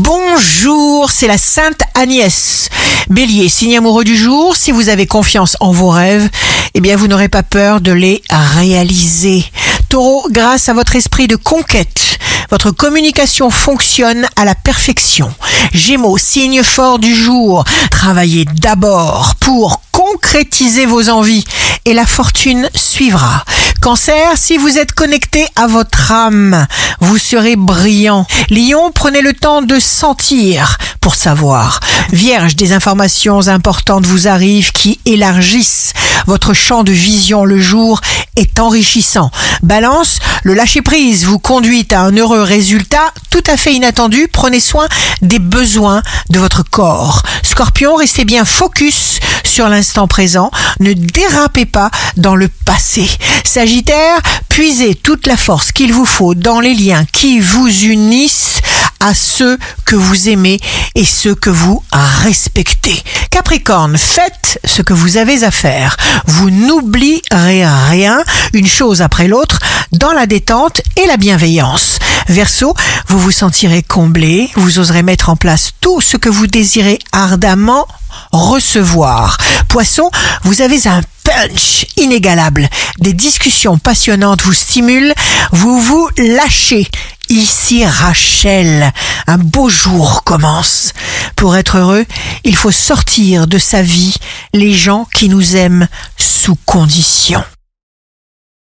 Bonjour, c'est la Sainte Agnès. Bélier, signe amoureux du jour, si vous avez confiance en vos rêves, eh bien vous n'aurez pas peur de les réaliser. Taureau, grâce à votre esprit de conquête, votre communication fonctionne à la perfection. Gémeaux, signe fort du jour, travaillez d'abord pour concrétiser vos envies et la fortune suivra. Cancer, si vous êtes connecté à votre âme, vous serez brillant. Lion, prenez le temps de sentir pour savoir. Vierge, des informations importantes vous arrivent qui élargissent votre champ de vision. Le jour est enrichissant. Balance, le lâcher-prise vous conduit à un heureux résultat tout à fait inattendu. Prenez soin des besoins de votre corps. Scorpion, restez bien focus sur l'instant présent. Ne dérapez pas dans le passé. Sagittaire, puisez toute la force qu'il vous faut dans les liens qui vous unissent à ceux que vous aimez et ceux que vous respectez. Capricorne, faites ce que vous avez à faire. Vous n'oublierez rien, une chose après l'autre, dans la détente et la bienveillance. Verseau, vous vous sentirez comblé, vous oserez mettre en place tout ce que vous désirez ardemment recevoir. Poisson, vous avez un punch inégalable. Des discussions passionnantes vous stimulent, vous vous lâchez. Ici Rachel, un beau jour commence. Pour être heureux, il faut sortir de sa vie les gens qui nous aiment sous condition.